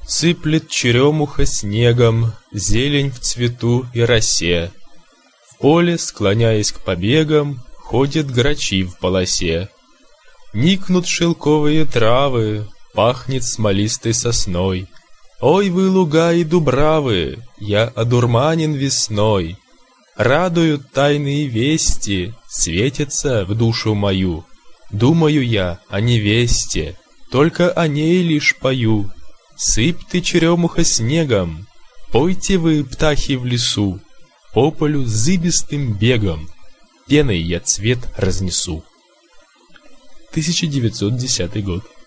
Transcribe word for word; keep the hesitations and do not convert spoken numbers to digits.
Сыплет черемуха снегом, зелень в цвету и росе. В поле, склоняясь к побегам, ходят грачи в полосе. Никнут шелковые травы, пахнет смолистой сосной. Ой, вы луга и дубравы, я одурманен весной. Радуют тайные вести, светятся в душу мою. Думаю я о невесте, только о ней лишь пою. Сыпь ты, черемуха, снегом, пойте вы, птахи, в лесу. По полю зыбистым бегом пеной я цвет разнесу. тысяча девятьсот десятый год.